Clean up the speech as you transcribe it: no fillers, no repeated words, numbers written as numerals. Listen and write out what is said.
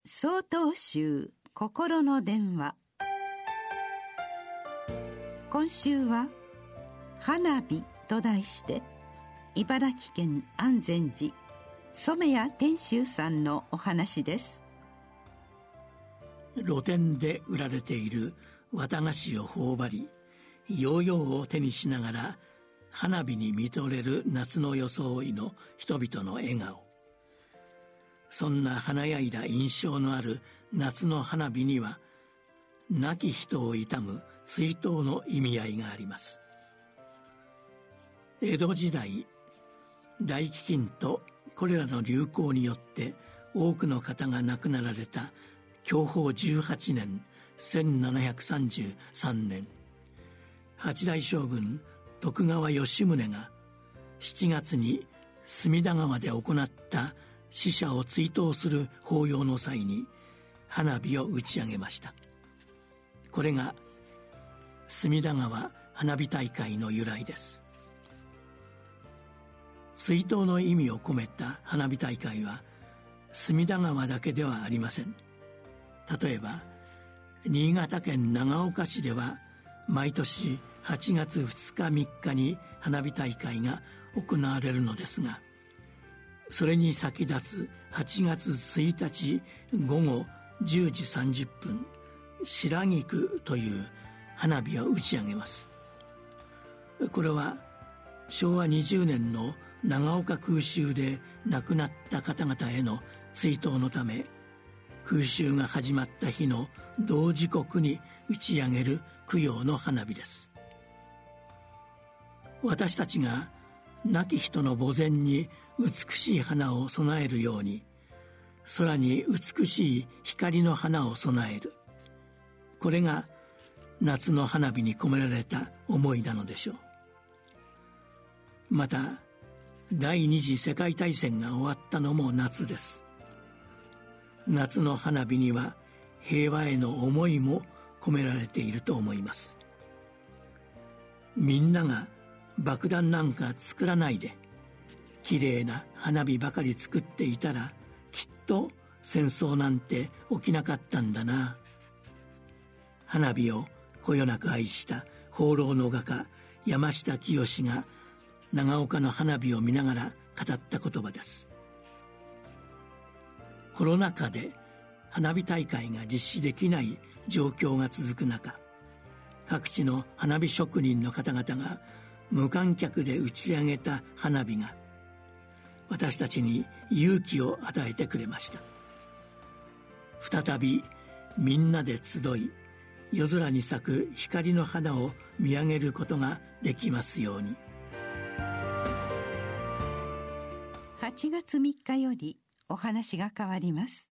曹洞宗心の電話。今週は花火と題して茨城県安全寺染谷天秀さんのお話です。 露店で売られている綿菓子を頬張り、ヨーヨーを手にしながら花火に見とれる夏の装いの人々の笑顔。そんな華やいだ印象のある夏の花火には、亡き人を悼む追悼の意味合いがあります。江戸時代、大飢饉とコレラの流行によって多くの方が亡くなられた享保18年1733年、八代将軍徳川吉宗が7月に隅田川で行った死者を追悼する法要の際に花火を打ち上げました。これが隅田川花火大会の由来です。追悼の意味を込めた花火大会は隅田川だけではありません。例えば新潟県長岡市では毎年8月2日3日に花火大会が行われるのですが、それに先立つ8月1日午後10時30分、白菊という花火を打ち上げます。これは昭和20年の長岡空襲で亡くなった方々への追悼のため、空襲が始まった日の同時刻に打ち上げる供養の花火です。私たちが亡き人の墓前に美しい花を供えるように、空に美しい光の花を供える。これが夏の花火に込められた思いなのでしょう。また第二次世界大戦が終わったのも夏です。夏の花火には平和への思いも込められていると思います。みんなが爆弾なんか作らないできれいな花火ばかり作っていたら、きっと戦争なんて起きなかったんだな。花火をこよなく愛した放浪の画家山下清が長岡の花火を見ながら語った言葉です。コロナ禍で花火大会が実施できない状況が続く中、各地の花火職人の方々が無観客で打ち上げた花火が私たちに勇気を与えてくれました。再びみんなで集い、夜空に咲く光の花を見上げることができますように。 8月3日よりお話が変わります。